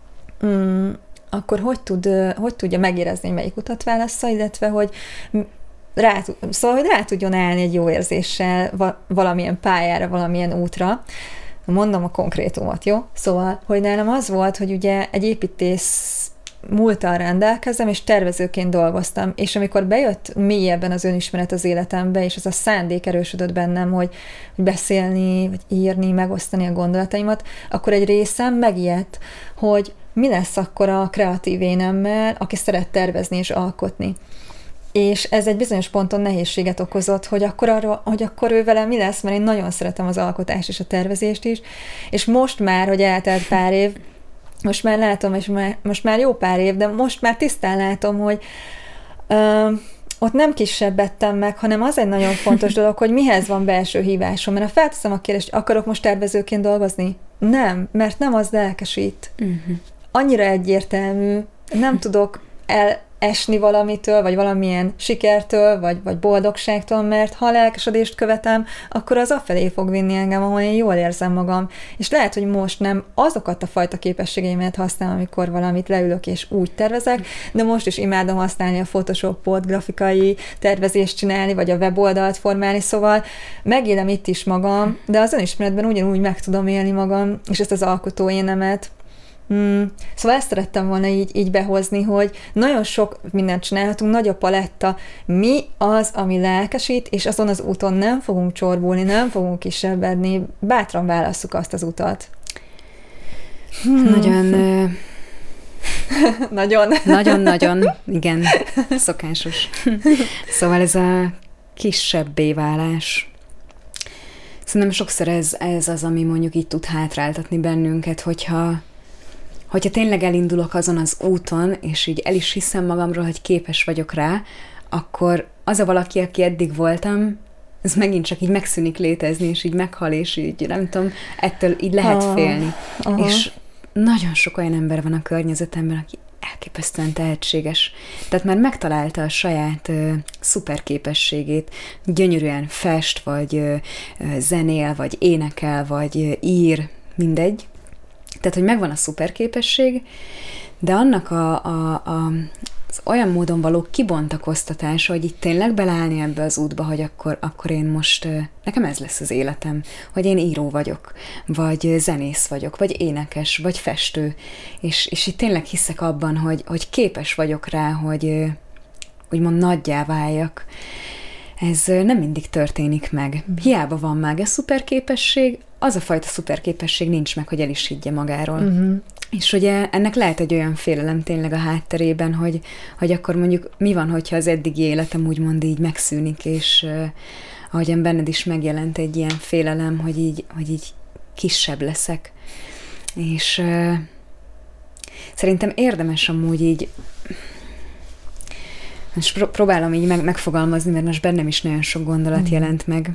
akkor hogy tudja megérezni, hogy melyik utat válassza, illetve hogy rá tudjon állni egy jó érzéssel valamilyen pályára, valamilyen útra. Mondom a konkrétumot, jó? Szóval, hogy nálam az volt, hogy ugye egy építész múlttal rendelkezem, és tervezőként dolgoztam, és amikor bejött mélyebben az önismeret az életembe, és az a szándék erősödött bennem, hogy beszélni, vagy írni, megosztani a gondolataimat, akkor egy részem megijedt, hogy mi lesz akkor a kreatív énemmel, aki szeret tervezni és alkotni. És ez egy bizonyos ponton nehézséget okozott, hogy akkor ő velem mi lesz, mert én nagyon szeretem az alkotást és a tervezést is, és most már, hogy eltelt pár év, most már látom, és most már jó pár év, de most már tisztán látom, hogy ott nem kisebbedtem meg, hanem az egy nagyon fontos dolog, hogy mihez van belső hívásom. Mert ha felteszem a kérdést, akarok most tervezőként dolgozni? Nem, mert nem az lelkesít. Annyira egyértelmű, nem tudok esni valamitől, vagy valamilyen sikertől, vagy boldogságtól, mert ha a lelkesedést követem, akkor az afelé fog vinni engem, ahol én jól érzem magam. És lehet, hogy most nem azokat a fajta képességeimet használom, amikor valamit leülök és úgy tervezek, de most is imádom használni a Photoshopot, grafikai tervezést csinálni, vagy a weboldalt formálni, szóval megélem itt is magam, de az önismeretben ugyanúgy meg tudom élni magam, és ezt az alkotó énemet. Szóval ezt szerettem volna így behozni, hogy nagyon sok mindent csinálhatunk, nagy a paletta. Mi az, ami lelkesít, és azon az úton nem fogunk csorbulni, nem fogunk kisebbedni, bátran válasszuk azt az utat. Nagyon, igen, szokásos. Szóval ez a kisebbé válás. Szerintem sokszor ez az, ami mondjuk így tud hátráltatni bennünket, hogyha tényleg elindulok azon az úton, és így el is hiszem magamról, hogy képes vagyok rá, akkor az a valaki, aki eddig voltam, ez megint csak így megszűnik létezni, és így meghal, és így nem tudom, ettől így lehet félni. És nagyon sok olyan ember van a környezetemben, aki elképesztően tehetséges. Tehát már megtalálta a saját szuperképességét, gyönyörűen fest, vagy zenél, vagy énekel, vagy ír, mindegy. Tehát, hogy megvan a szuperképesség, de annak az olyan módon való kibontakoztatása, hogy itt tényleg beleállni ebbe az útba, hogy akkor én most, nekem ez lesz az életem, hogy én író vagyok, vagy zenész vagyok, vagy énekes, vagy festő, és itt tényleg hiszek abban, hogy képes vagyok rá, hogy úgymond nagyjá váljak. Ez nem mindig történik meg. Hiába van mága szuperképesség, az a fajta szuperképesség nincs meg, hogy el is higgye magáról. És ugye ennek lehet egy olyan félelem tényleg a hátterében, hogy akkor mondjuk mi van, hogyha az eddigi életem úgymond így megszűnik, és ahogyan benned is megjelent egy ilyen félelem, hogy így kisebb leszek. És szerintem érdemes amúgy így most próbálom így megfogalmazni, mert most bennem is nagyon sok gondolat jelent meg.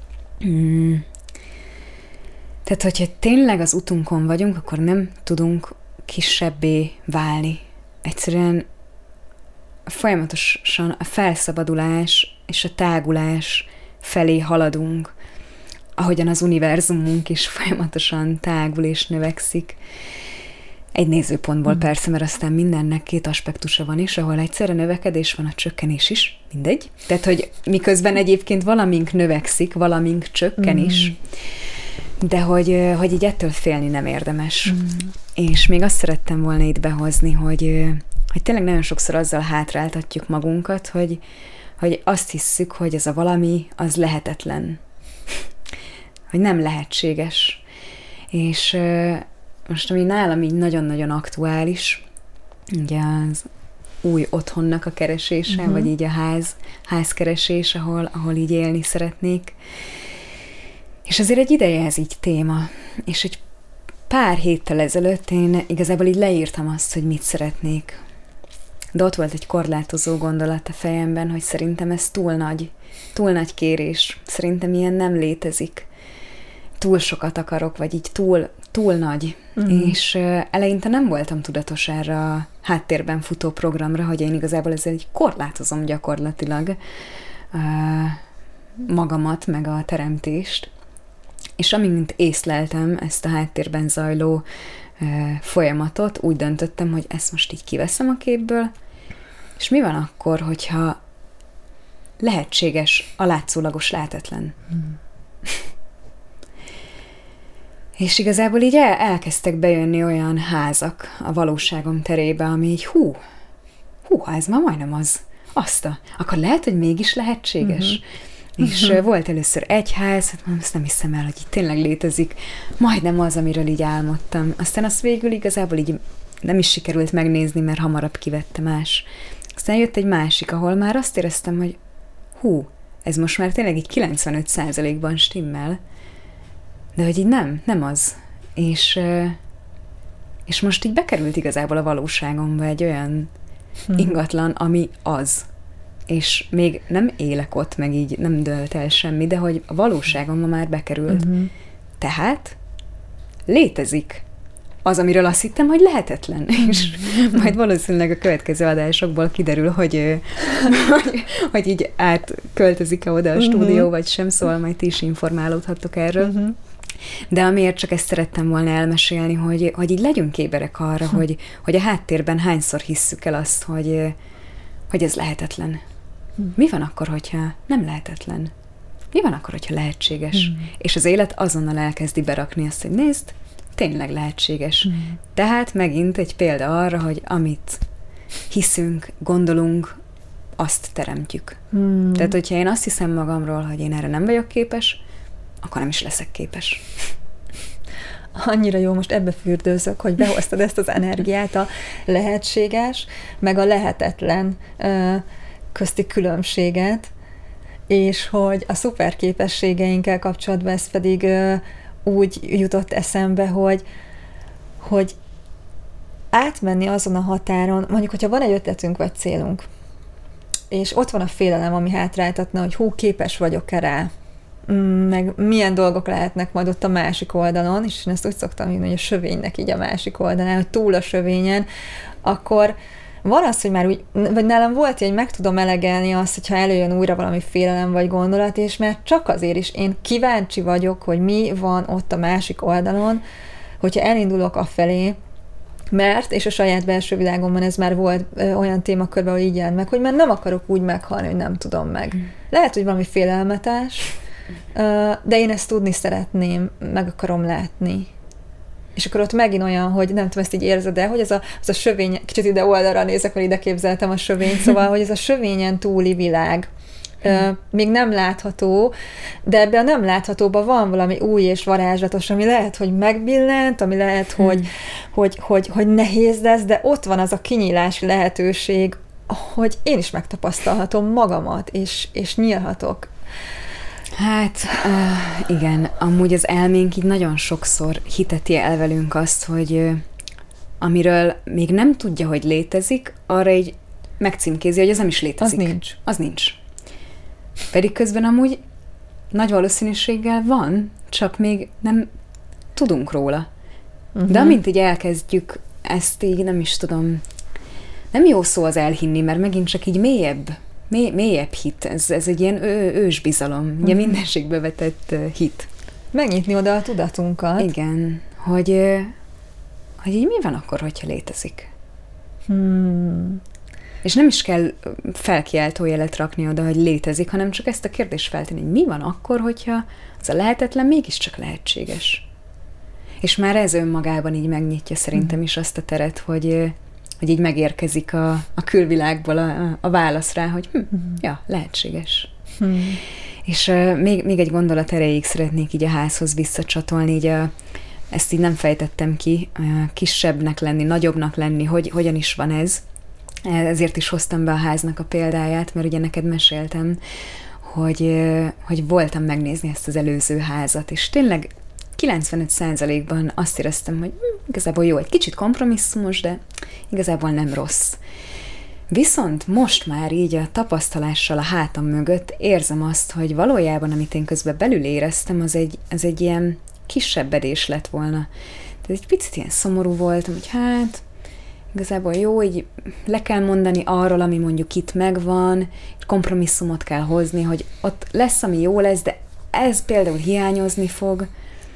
Tehát, hogyha tényleg az utunkon vagyunk, akkor nem tudunk kisebbé válni. Egyszerűen folyamatosan a felszabadulás és a tágulás felé haladunk, ahogyan az univerzumunk is folyamatosan tágul és növekszik. Egy nézőpontból persze, mert aztán mindennek két aspektusa van is, ahol egyszerre növekedés van, a csökkenés is, mindegy. Tehát, hogy miközben egyébként valamink növekszik, valamink csökken is, de hogy így ettől félni nem érdemes. És még azt szerettem volna itt behozni, hogy tényleg nagyon sokszor azzal hátráltatjuk magunkat, hogy azt hisszük, hogy ez a valami, az lehetetlen. Hogy nem lehetséges. És most, ami nálam így nagyon-nagyon aktuális, ugye az új otthonnak a keresése, vagy így a házkeresés, ahol így élni szeretnék. És azért egy ideje ez így téma. És egy pár héttel ezelőtt én igazából így leírtam azt, hogy mit szeretnék. De ott volt egy korlátozó gondolat a fejemben, hogy szerintem ez túl nagy kérés. Szerintem ilyen nem létezik. Túl sokat akarok, vagy így túl nagy. És eleinte nem voltam tudatos erre a háttérben futó programra, hogy én igazából ezzel így korlátozom gyakorlatilag magamat, meg a teremtést. És amint észleltem ezt a háttérben zajló folyamatot, úgy döntöttem, hogy ezt most így kiveszem a képből, és mi van akkor, hogyha lehetséges a látszólagos lehetetlen? És igazából így elkezdtek bejönni olyan házak a valóságom terébe, ami így ez már majdnem az. Akkor lehet, hogy mégis lehetséges. És volt először egy ház, hát azt nem hiszem el, hogy így tényleg létezik, majdnem az, amiről így álmodtam. Aztán azt végül igazából így nem is sikerült megnézni, mert hamarabb kivette más. Aztán jött egy másik, ahol már azt éreztem, hogy ez most már tényleg így 95%-ban stimmel, de hogy így nem az. És most így bekerült igazából a valóságomba egy olyan ingatlan, ami az. És még nem élek ott, meg így nem dölt el semmi, de hogy a valóságomba már bekerült. Tehát létezik. az, amiről azt hittem, hogy lehetetlen. És majd valószínűleg a következő adásokból kiderül, hogy így átköltözik-e oda a stúdió, vagy sem, szóval majd ti is informálódhattok erről. De amiért csak ezt szerettem volna elmesélni, hogy így legyünk éberek arra, hogy a háttérben hányszor hisszük el azt, hogy ez lehetetlen. Mi van akkor, hogyha nem lehetetlen? Mi van akkor, hogyha lehetséges? És az élet azonnal elkezdi berakni azt, hogy nézd, tényleg lehetséges. Tehát megint egy példa arra, hogy amit hiszünk, gondolunk, azt teremtjük. Tehát, hogyha én azt hiszem magamról, hogy én erre nem vagyok képes, akkor nem is leszek képes. Annyira jó, most ebbe fürdőzök, hogy behoztad ezt az energiát, a lehetséges, meg a lehetetlen közti különbséget, és hogy a szuperképességeinkkel kapcsolatban ez pedig úgy jutott eszembe, hogy átmenni azon a határon, mondjuk, hogyha van egy ötletünk vagy célunk, és ott van a félelem, ami hátráltatna, hogy képes vagyok-e rá, meg milyen dolgok lehetnek majd ott a másik oldalon, és én ezt úgy szoktam hívni, hogy a sövénynek így a másik oldalán, hogy túl a sövényen, akkor van az, hogy már úgy, vagy nálam volt, hogy meg tudom elegelni azt, hogyha előjön újra valami félelem vagy gondolat, és mert csak azért is én kíváncsi vagyok, hogy mi van ott a másik oldalon, hogyha elindulok afelé, mert, és a saját belső világomban ez már volt olyan témakörben, hogy így jelent meg, hogy már nem akarok úgy meghalni, hogy nem tudom meg. Lehet, hogy valami félelmetes, de én ezt tudni szeretném, meg akarom látni. És akkor ott megint olyan, hogy nem tudom, ezt így érzed el, hogy ez a sövény, kicsit ide oldalra nézek, mert ide képzeltem a sövényt, szóval, hogy ez a sövényen túli világ még nem látható, de ebben a nem láthatóban van valami új és varázslatos, ami lehet, hogy megbillent, ami lehet, hogy nehéz lesz, de ott van az a kinyílási lehetőség, hogy én is megtapasztalhatom magamat, és nyílhatok. Hát, igen, amúgy az elménk így nagyon sokszor hiteti el velünk azt, hogy amiről még nem tudja, hogy létezik, arra így megcímkézi, hogy az nem is létezik. Az nincs. Pedig közben amúgy nagy valószínűséggel van, csak még nem tudunk róla. De amint így elkezdjük ezt így, nem is tudom, nem jó szó az elhinni, mert megint csak így mélyebb hit. Ez egy ilyen ősbizalom, ugye mindenségbe vetett hit. Megnyitni oda a tudatunkat. Igen, hogy így mi van akkor, hogyha létezik? És nem is kell felkiáltójelet rakni oda, hogy létezik, hanem csak ezt a kérdést feltenni, hogy mi van akkor, hogyha az a lehetetlen mégiscsak lehetséges. És már ez önmagában így megnyitja szerintem is azt a teret, hogy így megérkezik a külvilágból a válasz rá, hogy ja, lehetséges. És még egy gondolat erejéig szeretnék így a házhoz visszacsatolni, így ezt így nem fejtettem ki, kisebbnek lenni, nagyobbnak lenni, hogyan is van ez. Ezért is hoztam be a háznak a példáját, mert ugye neked meséltem, hogy voltam megnézni ezt az előző házat, és tényleg 95%-ban azt éreztem, hogy igazából jó, egy kicsit kompromisszumos, de igazából nem rossz. Viszont most már így a tapasztalással a hátam mögött érzem azt, hogy valójában, amit én közben belül éreztem, az egy ilyen kisebbedés lett volna. Tehát egy picit ilyen szomorú voltam, hogy hát igazából jó, így le kell mondani arról, ami mondjuk itt megvan, és kompromisszumot kell hozni, hogy ott lesz, ami jó lesz, de ez például hiányozni fog.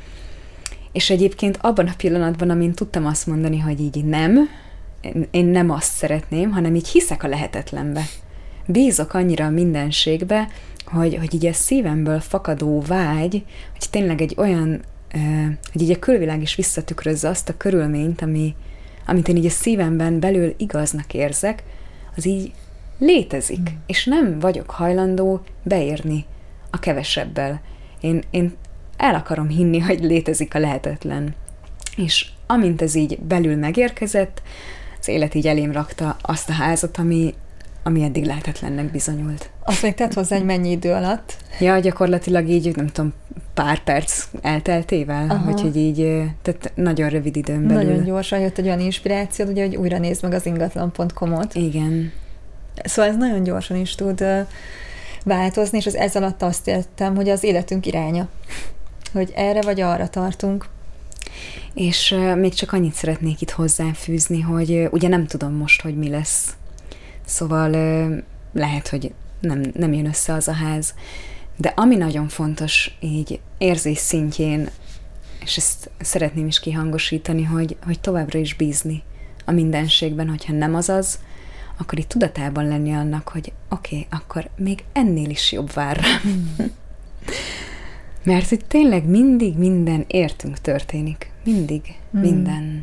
És egyébként abban a pillanatban, amin tudtam azt mondani, hogy így nem, én nem azt szeretném, hanem így hiszek a lehetetlenbe. Bízok annyira a mindenségbe, hogy így a szívemből fakadó vágy, hogy tényleg egy olyan, hogy így a külvilág is visszatükrözze azt a körülményt, amit én így a szívemben belül igaznak érzek, az így létezik, és nem vagyok hajlandó beérni a kevesebbel. Én el akarom hinni, hogy létezik a lehetetlen. És amint ez így belül megérkezett, az élet így elém rakta azt a házat, ami eddig lehetetlennek bizonyult. Azt még tett hozzá, hogy mennyi idő alatt? Ja, gyakorlatilag így, nem tudom, pár perc elteltével, hogy így, tehát nagyon rövid időn belül. Nagyon gyorsan jött egy olyan inspirációd, ugye, hogy újra nézd meg az ingatlan.com-ot. Igen. Szóval ez nagyon gyorsan is tud változni, és ez alatt azt értem, hogy az életünk iránya. Hogy erre vagy arra tartunk. És még csak annyit szeretnék itt hozzáfűzni, hogy ugye nem tudom most, hogy mi lesz. Szóval lehet, hogy nem jön össze az a ház. De ami nagyon fontos így érzés szintjén, és ezt szeretném is kihangosítani, hogy továbbra is bízni a mindenségben, hogyha nem az, akkor itt tudatában lenni annak, hogy oké, akkor még ennél is jobb vár rám. Mert hogy tényleg mindig minden értünk történik. Mindig. Minden.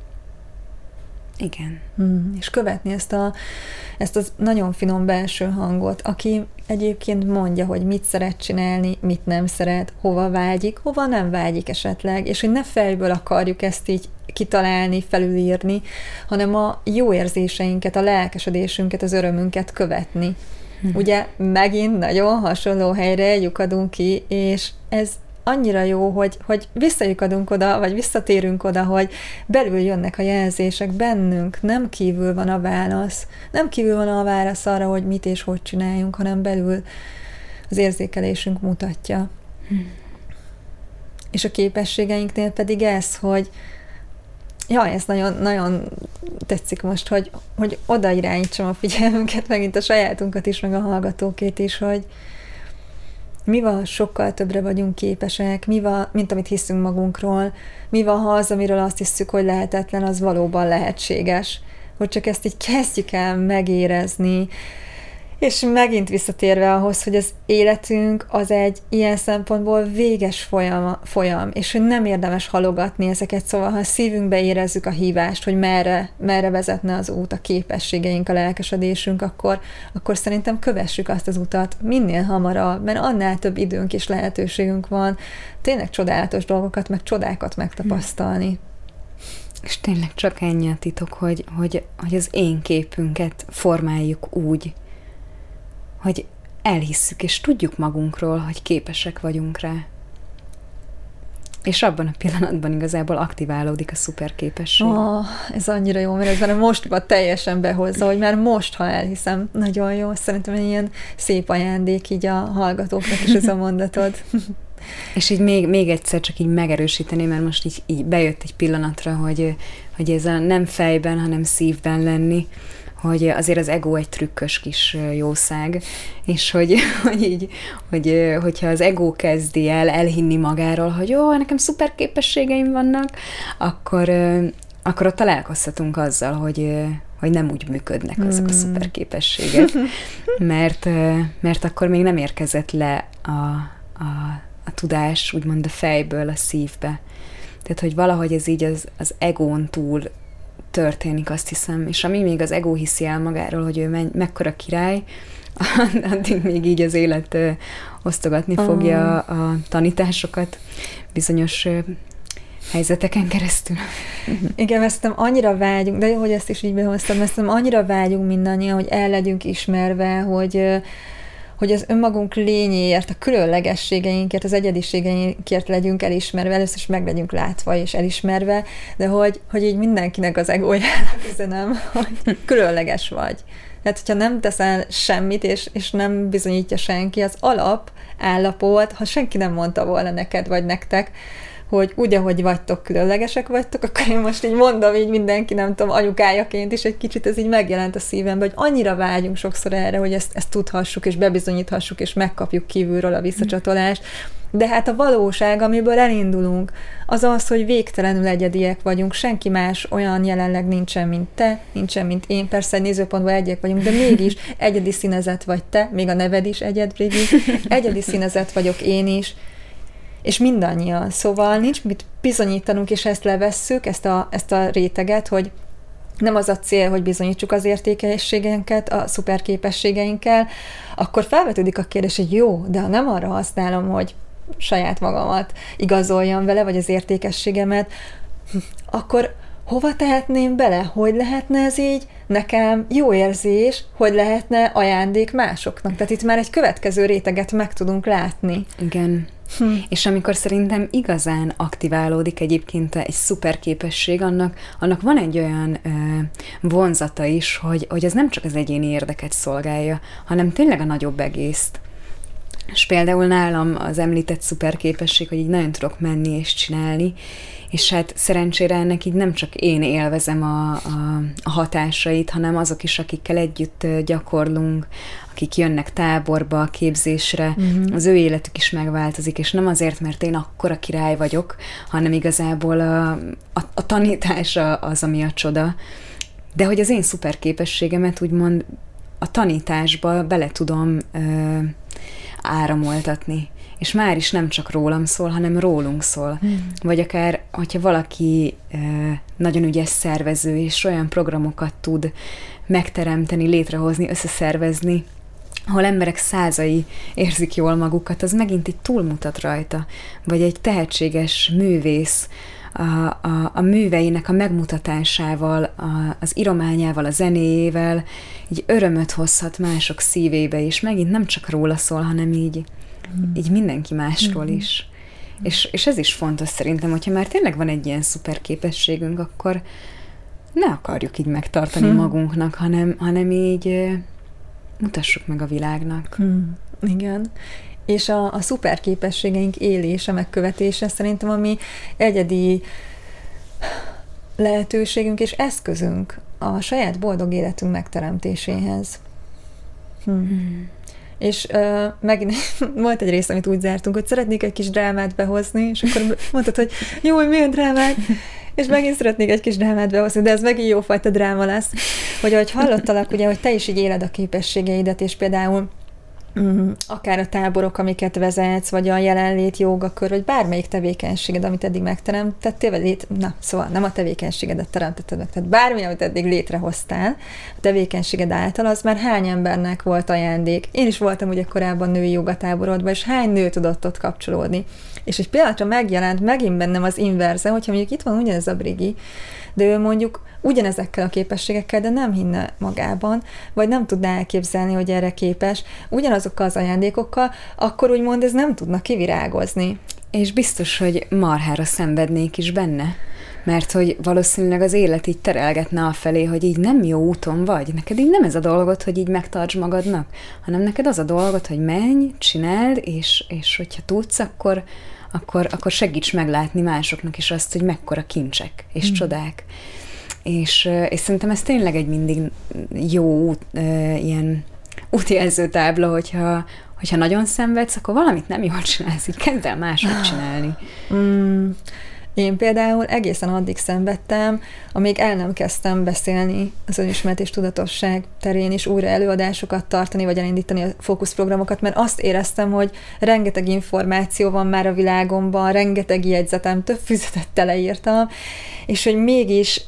Igen. És követni ezt az nagyon finom belső hangot, aki egyébként mondja, hogy mit szeret csinálni, mit nem szeret, hova vágyik, hova nem vágyik esetleg, és hogy ne fejből akarjuk ezt így kitalálni, felülírni, hanem a jó érzéseinket, a lelkesedésünket, az örömünket követni. Ugye megint nagyon hasonló helyre lyukadunk ki, és ez annyira jó, hogy visszalyukadunk oda, vagy visszatérünk oda, hogy belül jönnek a jelzések bennünk, nem kívül van a válasz. Nem kívül van a válasz arra, hogy mit és hogy csináljunk, hanem belül az érzékelésünk mutatja. És a képességeinknél pedig ez, hogy ez nagyon, nagyon tetszik most, hogy oda irányítsam a figyelmünket, megint a sajátunkat is, meg a hallgatókét is, hogy mi van, sokkal többre vagyunk képesek, mi van, mint amit hiszünk magunkról, mi van, ha az, amiről azt hiszük, hogy lehetetlen, az valóban lehetséges. Hogy csak ezt így kezdjük el megérezni, és megint visszatérve ahhoz, hogy az életünk az egy ilyen szempontból véges folyam, és hogy nem érdemes halogatni ezeket, szóval ha a szívünkbe érezzük a hívást, hogy merre vezetne az út, a képességeink, a lelkesedésünk, akkor szerintem kövessük azt az utat minél hamarabb, mert annál több időnk és lehetőségünk van tényleg csodálatos dolgokat, meg csodákat megtapasztalni. És tényleg csak ennyi a titok, hogy az én képünket formáljuk úgy, hogy elhisszük, és tudjuk magunkról, hogy képesek vagyunk rá. És abban a pillanatban igazából aktiválódik a szuperképesség. Ez annyira jó, mert ez már most teljesen behozza, hogy már most, ha elhiszem, nagyon jó. Szerintem egy ilyen szép ajándék így a hallgatóknak is ez a mondatod. És így még egyszer csak így megerősíteni, mert most így bejött egy pillanatra, hogy ez a nem fejben, hanem szívben lenni, hogy azért az ego egy trükkös kis jószág, és hogyha az ego kezdi el elhinni magáról, hogy jó, nekem szuper képességeim vannak, akkor ott találkozhatunk azzal, hogy nem úgy működnek azok a szuper képességek, mert akkor még nem érkezett le a tudás, úgymond a fejből a szívbe. Tehát, hogy valahogy ez így az egón túl történik, azt hiszem, és ami még az ego hiszi el magáról, hogy ő mekkora király, addig még így az élet osztogatni fogja a tanításokat bizonyos helyzeteken keresztül. Igen, ezt annyira vágyunk, de jó, hogy ezt is így behoztam, ezt annyira vágyunk mindannyian, hogy el legyünk ismerve, hogy az önmagunk lényéért, a különlegességeinkért, az egyediségeinkért legyünk elismerve, először is meg legyünk látva és elismerve, de hogy így mindenkinek az egójának üzenem, hogy különleges vagy. Tehát, hogyha nem teszel semmit, és nem bizonyítja senki, az alap állapot, ha senki nem mondta volna neked vagy nektek, hogy úgy, ahogy vagytok, különlegesek vagytok, akkor én most így mondom így mindenki, nem tudom, anyukájaként is egy kicsit ez így megjelent a szívemben, hogy annyira vágyunk sokszor erre, hogy ezt tudhassuk, és bebizonyíthassuk, és megkapjuk kívülről a visszacsatolást. De hát a valóság, amiből elindulunk, az az, hogy végtelenül egyediek vagyunk, senki más olyan jelenleg nincsen, mint te, nincsen, mint én, persze egy nézőpontból egyek vagyunk, de mégis egyedi színezet vagy te, még a neved is egyedi színezet vagyok én is, és mindannyian. Szóval nincs mit bizonyítanunk, és ezt levesszük, ezt a réteget, hogy nem az a cél, hogy bizonyítsuk az értékességeinket, a szuperképességeinkkel, akkor felvetődik a kérdés, hogy jó, de ha nem arra használom, hogy saját magamat igazoljam vele, vagy az értékességemet, akkor hova tehetném bele? Hogy lehetne ez így nekem jó érzés, hogy lehetne ajándék másoknak? Tehát itt már egy következő réteget meg tudunk látni. Igen. És amikor szerintem igazán aktiválódik egyébként egy szuper képesség, annak van egy olyan vonzata is, hogy ez nem csak az egyéni érdeket szolgálja, hanem tényleg a nagyobb egészt. És például nálam az említett szuper képesség, hogy így nagyon tudok menni és csinálni, és hát szerencsére ennek így nem csak én élvezem a hatásait, hanem azok is, akikkel együtt gyakorlunk, akik jönnek táborba, képzésre, az ő életük is megváltozik, és nem azért, mert én akkora király vagyok, hanem igazából a tanítás az, ami a csoda. De hogy az én szuper képességemet úgymond a tanításba bele tudom áramoltatni. És már is nem csak rólam szól, hanem rólunk szól. Vagy akár, hogyha valaki nagyon ügyes szervező, és olyan programokat tud megteremteni, létrehozni, összeszervezni, ahol emberek százai érzik jól magukat, az megint így túlmutat rajta. Vagy egy tehetséges művész, a műveinek a megmutatásával, az írományával, a zenéjével így örömöt hozhat mások szívébe, és megint nem csak róla szól, hanem így mindenki másról is. És ez is fontos szerintem, hogyha már tényleg van egy ilyen szuper képességünk, akkor ne akarjuk így megtartani magunknak, hanem így mutassuk meg a világnak. Igen. És a szuper képességeink élése, megkövetése szerintem a mi egyedi lehetőségünk és eszközünk a saját boldog életünk megteremtéséhez. És megint volt egy rész, amit úgy zártunk, hogy szeretnék egy kis drámát behozni, és akkor mondtad, hogy jó, hogy milyen drámát, és megint szeretnék egy kis drámát behozni, de ez megint jófajta dráma lesz, hogy ahogy hallottalak, ugye, hogy te is így éled a képességeidet, és például akár a táborok, amiket vezetsz, vagy a jelenlét, jogakör, vagy bármelyik tevékenységed, amit eddig megteremtettél, vagy szóval nem a tevékenységedet teremtetted meg, tehát bármi, amit eddig létrehoztál, a tevékenységed által, az már hány embernek volt ajándék. Én is voltam ugye korábban női jogatáborodban, és hány nő tudott ott kapcsolódni. És egy pillanatra megjelent megint bennem az inverze, hogyha mondjuk itt van ugyanez a Brigi, de ő mondjuk ugyanezekkel a képességekkel, de nem hinne magában, vagy nem tudná elképzelni, hogy erre képes, ugyanazokkal az ajándékokkal, akkor úgymond ez nem tudna kivirágozni. És biztos, hogy marhára szenvednék is benne, mert hogy valószínűleg az élet így terelgetne afelé, hogy így nem jó úton vagy. Neked így nem ez a dolgod, hogy így megtartsd magadnak, hanem neked az a dolgod, hogy menj, csináld, és hogyha tudsz, akkor segíts meglátni másoknak is azt, hogy mekkora kincsek és csodák. És szerintem ez tényleg egy mindig jó ilyen útjelző tábla, hogyha nagyon szenvedsz, akkor valamit nem jól csinálsz, így kezd el máshogy csinálni. Én például egészen addig szenvedtem, amíg el nem kezdtem beszélni az önismeret és tudatosság terén is, újra előadásokat tartani, vagy elindítani a fókuszprogramokat, mert azt éreztem, hogy rengeteg információ van már a világomban, rengeteg jegyzetem, több füzetet teleírtam, és hogy mégis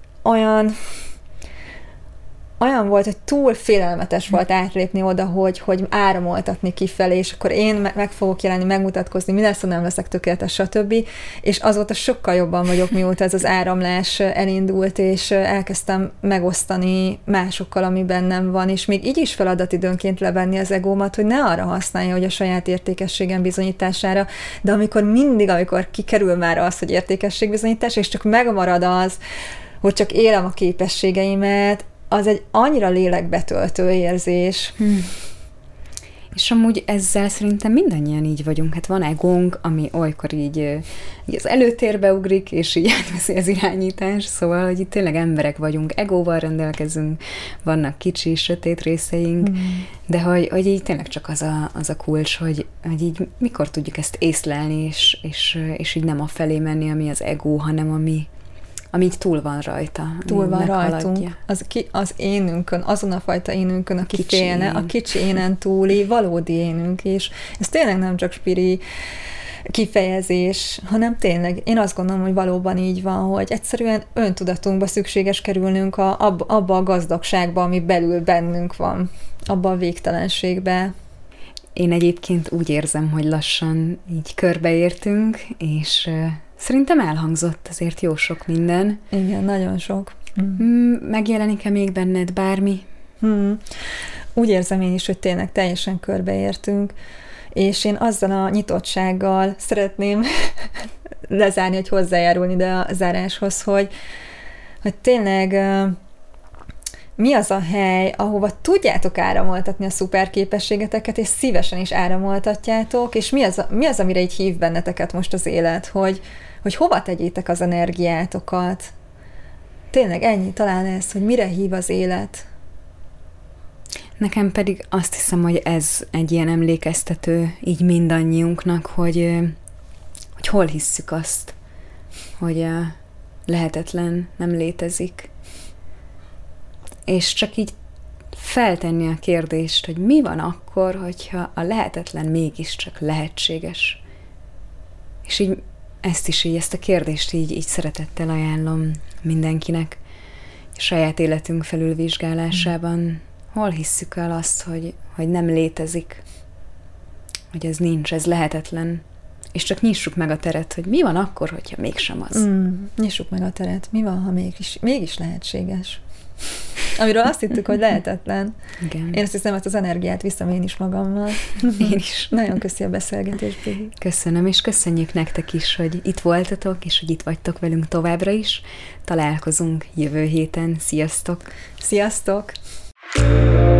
olyan volt, hogy túl félelmetes volt átlépni oda, hogy áramoltatni kifelé, és akkor én meg fogok jelenni, megmutatkozni, mi lesz, ha nem leszek tökéletes, stb. És azóta sokkal jobban vagyok, mióta ez az áramlás elindult, és elkezdtem megosztani másokkal, ami bennem van, és még így is feladat időnként levenni az egómat, hogy ne arra használja, hogy a saját értékességem bizonyítására, de amikor kikerül már az, hogy értékességbizonyítás, és csak megmarad az, hogy csak élem a képességeimet, az egy annyira lélekbetöltő érzés. És amúgy ezzel szerintem mindannyian így vagyunk. Hát van egónk, ami olykor így az előtérbe ugrik, és így átveszi az irányítás, szóval, hogy itt tényleg emberek vagyunk, egóval rendelkezünk, vannak kicsi, sötét részeink, de hogy így tényleg csak az a kulcs, hogy így mikor tudjuk ezt észlelni, és így nem afelé menni, ami az egó, hanem ami így túl van rajta. Túl van rajtunk. Az énünkön, azon a fajta énünkön, aki félne, a kicsi énen túli, valódi énünk, és ez tényleg nem csak spiri kifejezés, hanem tényleg, én azt gondolom, hogy valóban így van, hogy egyszerűen öntudatunkba szükséges kerülnünk abba a gazdagságba, ami belül bennünk van, abba a végtelenségbe. Én egyébként úgy érzem, hogy lassan így körbeértünk, és szerintem elhangzott azért jó sok minden. Igen, nagyon sok. Megjelenik-e még benned bármi? Úgy érzem én is, hogy tényleg teljesen körbeértünk, és én azzal a nyitottsággal szeretném lezárni, hogy hozzájárulni ide a záráshoz, hogy tényleg mi az a hely, ahova tudjátok áramoltatni a szuperképességeteket, és szívesen is áramoltatjátok, és mi az, amire így hív benneteket most az élet, hogy hova tegyétek az energiátokat. Tényleg ennyi, talán ez, hogy mire hív az élet. Nekem pedig azt hiszem, hogy ez egy ilyen emlékeztető így mindannyiunknak, hogy hol hisszük azt, hogy a lehetetlen nem létezik. És csak így feltenni a kérdést, hogy mi van akkor, hogyha a lehetetlen mégiscsak lehetséges. És így ezt a kérdést így szeretettel ajánlom mindenkinek a saját életünk felülvizsgálásában. Hol hisszük el azt, hogy nem létezik, hogy ez nincs, ez lehetetlen, és csak nyissuk meg a teret, hogy mi van akkor, hogyha mégsem az. Nyissuk meg a teret. Mi van, ha mégis lehetséges? Amiről azt hittük, hogy lehetetlen. Igen. Én azt hiszem, hogy az energiát viszem én is magammal. Én is. Nagyon köszi a beszélgetést, Bibi. Köszönöm, és köszönjük nektek is, hogy itt voltatok, és hogy itt vagytok velünk továbbra is. Találkozunk jövő héten. Sziasztok! Sziasztok!